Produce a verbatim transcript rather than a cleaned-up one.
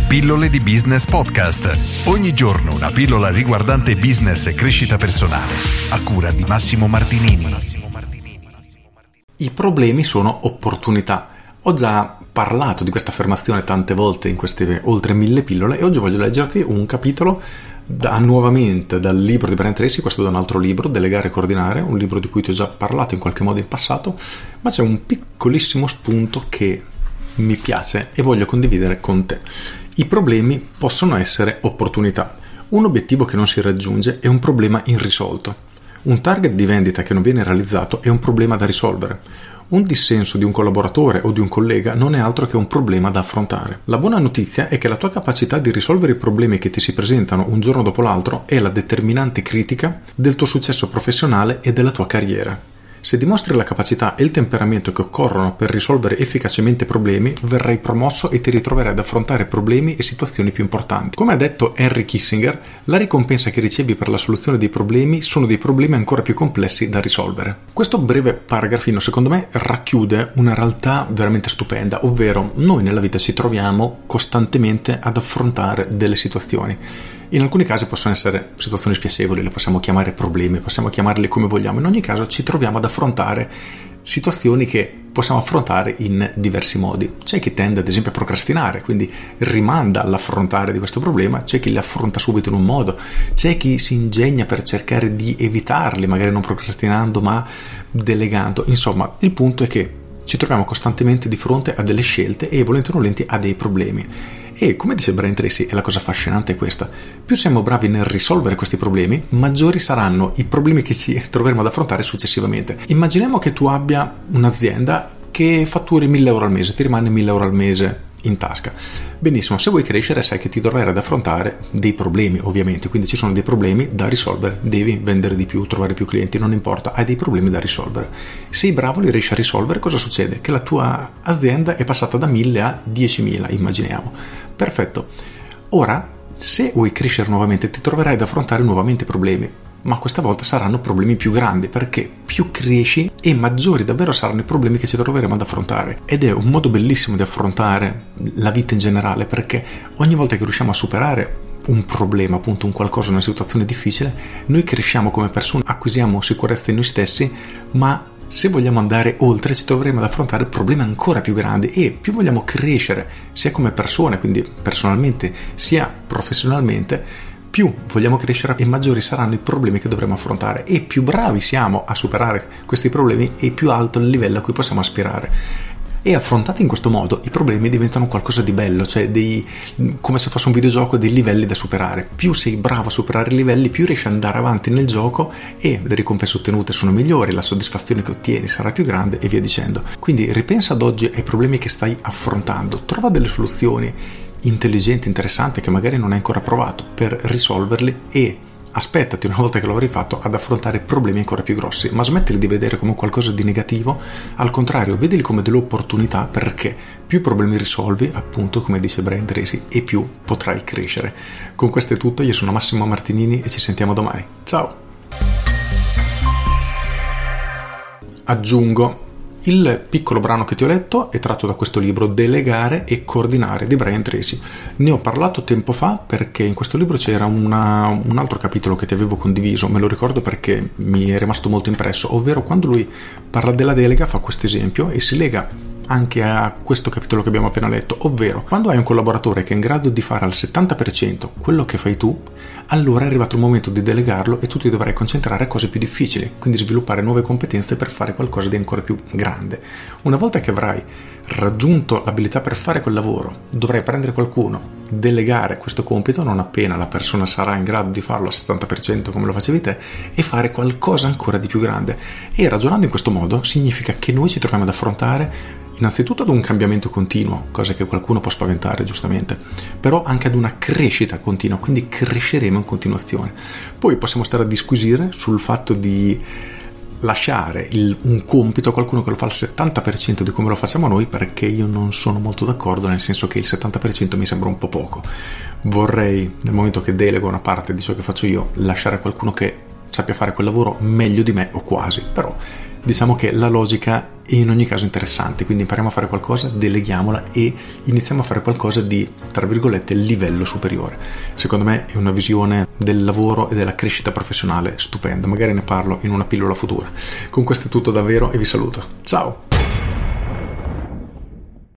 Pillole di Business Podcast. Ogni giorno una pillola riguardante business e crescita personale, a cura di Massimo Martinini. I problemi sono opportunità. Ho già parlato di questa affermazione tante volte in queste oltre mille pillole e oggi voglio leggerti un capitolo da, nuovamente dal libro di Brian Tracy, questo da un altro libro, Delegare e Coordinare, un libro di cui ti ho già parlato in qualche modo in passato, ma c'è un piccolissimo spunto che mi piace e voglio condividere con te. I problemi possono essere opportunità. Un obiettivo che non si raggiunge è un problema irrisolto. Un target di vendita che non viene realizzato è un problema da risolvere. Un dissenso di un collaboratore o di un collega non è altro che un problema da affrontare. La buona notizia è che la tua capacità di risolvere i problemi che ti si presentano un giorno dopo l'altro è la determinante critica del tuo successo professionale e della tua carriera. Se dimostri la capacità e il temperamento che occorrono per risolvere efficacemente problemi, verrai promosso e ti ritroverai ad affrontare problemi e situazioni più importanti. Come ha detto Henry Kissinger, la ricompensa che ricevi per la soluzione dei problemi sono dei problemi ancora più complessi da risolvere. Questo breve paragrafino, secondo me, racchiude una realtà veramente stupenda, ovvero noi nella vita ci troviamo costantemente ad affrontare delle situazioni. In alcuni casi possono essere situazioni spiacevoli, le possiamo chiamare problemi, possiamo chiamarli come vogliamo. In ogni caso ci troviamo ad affrontare situazioni che possiamo affrontare in diversi modi. C'è chi tende ad esempio a procrastinare, quindi rimanda all'affrontare di questo problema, c'è chi li affronta subito in un modo, c'è chi si ingegna per cercare di evitarli, magari non procrastinando ma delegando. Insomma, il punto è che ci troviamo costantemente di fronte a delle scelte e volenti o nolenti a dei problemi. E come dice Brian Tracy, e la cosa affascinante è questa: più siamo bravi nel risolvere questi problemi, maggiori saranno i problemi che ci troveremo ad affrontare successivamente. Immaginiamo che tu abbia un'azienda che fatturi mille euro al mese, ti rimane mille euro al mese in tasca. Benissimo, se vuoi crescere sai che ti dovrai ad affrontare dei problemi, ovviamente, quindi ci sono dei problemi da risolvere, devi vendere di più, trovare più clienti, non importa, hai dei problemi da risolvere. Sei bravo, li riesci a risolvere, cosa succede? Che la tua azienda è passata da mille a diecimila, immaginiamo. Perfetto. Ora, se vuoi crescere nuovamente, ti troverai ad affrontare nuovamente problemi, ma questa volta saranno problemi più grandi, perché più cresci e maggiori davvero saranno i problemi che ci troveremo ad affrontare. Ed è un modo bellissimo di affrontare la vita in generale, perché ogni volta che riusciamo a superare un problema, appunto un qualcosa, una situazione difficile, noi cresciamo come persone, acquisiamo sicurezza in noi stessi, ma se vogliamo andare oltre ci troveremo ad affrontare problemi ancora più grandi, e più vogliamo crescere sia come persone, quindi personalmente sia professionalmente, più vogliamo crescere e maggiori saranno i problemi che dovremo affrontare, e più bravi siamo a superare questi problemi e più alto il livello a cui possiamo aspirare. E affrontati in questo modo i problemi diventano qualcosa di bello, cioè dei, come se fosse un videogioco, dei livelli da superare. Più sei bravo a superare i livelli, più riesci ad andare avanti nel gioco e le ricompense ottenute sono migliori, la soddisfazione che ottieni sarà più grande e via dicendo. Quindi ripensa ad oggi ai problemi che stai affrontando, trova delle soluzioni intelligenti, interessanti, che magari non hai ancora provato, per risolverli, e aspettati, una volta che lo avrai fatto, ad affrontare problemi ancora più grossi, ma smettili di vedere come qualcosa di negativo. Al contrario, vedili come delle opportunità, perché più problemi risolvi, appunto come dice Brian Tracy, e più potrai crescere. Con questo è tutto, io sono Massimo Martinini e ci sentiamo domani. Ciao! Aggiungo: il piccolo brano che ti ho letto è tratto da questo libro, Delegare e Coordinare, di Brian Tracy. Ne ho parlato tempo fa perché in questo libro c'era una, un altro capitolo che ti avevo condiviso, me lo ricordo perché mi è rimasto molto impresso, ovvero quando lui parla della delega fa questo esempio e si lega anche a questo capitolo che abbiamo appena letto, ovvero quando hai un collaboratore che è in grado di fare al settanta per cento quello che fai tu, allora è arrivato il momento di delegarlo e tu ti dovrai concentrare a cose più difficili, quindi sviluppare nuove competenze per fare qualcosa di ancora più grande. Una volta che avrai raggiunto l'abilità per fare quel lavoro, dovrai prendere qualcuno, delegare questo compito non appena la persona sarà in grado di farlo al settanta per cento come lo facevi te, e fare qualcosa ancora di più grande. E ragionando in questo modo significa che noi ci troviamo ad affrontare innanzitutto ad un cambiamento continuo, cosa che qualcuno può spaventare giustamente, però anche ad una crescita continua, quindi cresceremo in continuazione. Poi possiamo stare a disquisire sul fatto di lasciare il, un compito a qualcuno che lo fa al settanta per cento di come lo facciamo noi, perché io non sono molto d'accordo, nel senso che il settanta per cento mi sembra un po' poco. Vorrei, nel momento che delego una parte di ciò che faccio io, lasciare a qualcuno che sappia fare quel lavoro meglio di me o quasi, però diciamo che la logica è in ogni caso interessante, quindi impariamo a fare qualcosa, deleghiamola e iniziamo a fare qualcosa di, tra virgolette, livello superiore. Secondo me è una visione del lavoro e della crescita professionale stupenda, magari ne parlo in una pillola futura. Con questo è tutto davvero e vi saluto. Ciao!